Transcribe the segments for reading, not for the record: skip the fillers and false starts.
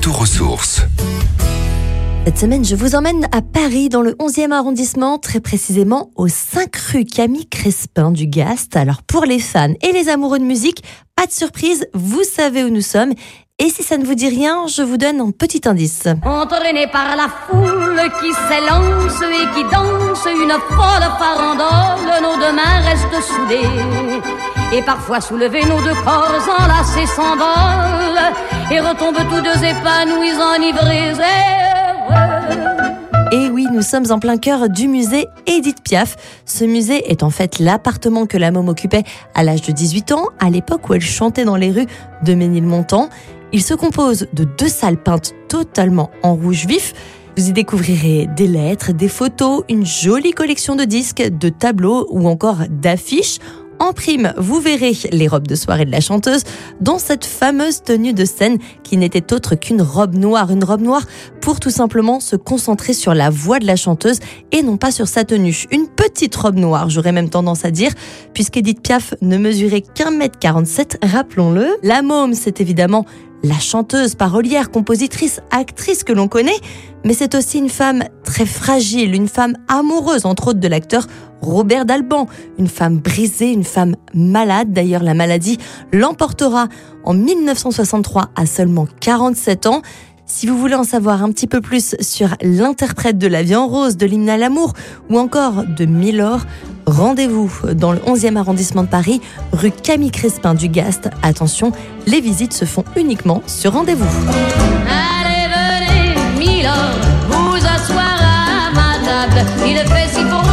Retour aux sources. Cette semaine, je vous emmène à Paris, dans le 11e arrondissement, très précisément au 5 rue Camille Crespin du Gast. Alors pour les fans et les amoureux de musique, pas de surprise, vous savez où nous sommes. Et si ça ne vous dit rien, je vous donne un petit indice. Entraînés par la foule qui s'élance et qui danse une folle farandole, nos deux mains restent soudées. Et parfois soulevés, nos deux corps enlacés s'envolent et retombent tous deux épanouis, enivrés et heureux. Et oui, nous sommes en plein cœur du musée Édith Piaf. Ce musée est en fait l'appartement que la môme occupait à l'âge de 18 ans, à l'époque où elle chantait dans les rues de Ménilmontant. Il se compose de 2 salles peintes totalement en rouge vif. Vous y découvrirez des lettres, des photos, une jolie collection de disques, de tableaux ou encore d'affiches. En prime, vous verrez les robes de soirée de la chanteuse, dont cette fameuse tenue de scène qui n'était autre qu'une robe noire. Une robe noire pour tout simplement se concentrer sur la voix de la chanteuse et non pas sur sa tenue. Une petite robe noire, j'aurais même tendance à dire, puisqu'Édith Piaf ne mesurait qu'1,47 m, rappelons-le. La môme, c'est évidemment la chanteuse, parolière, compositrice, actrice que l'on connaît, mais c'est aussi une femme très fragile, une femme amoureuse, entre autres de l'acteur Robert Dalban, une femme brisée, une femme malade. D'ailleurs, la maladie l'emportera en 1963 à seulement 47 ans. Si vous voulez en savoir un petit peu plus sur l'interprète de La Vie en rose, de l'hymne à l'amour ou encore de Milor, rendez-vous dans le 11e arrondissement de Paris, rue Camille Crespin du Gast. Attention, les visites se font uniquement sur rendez-vous. Allez, venez, Milor, vous asseoir à ma table, il fait si froid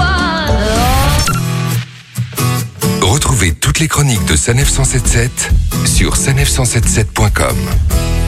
dehors. Retrouvez toutes les chroniques de Sanef 177 sur sanef177.com.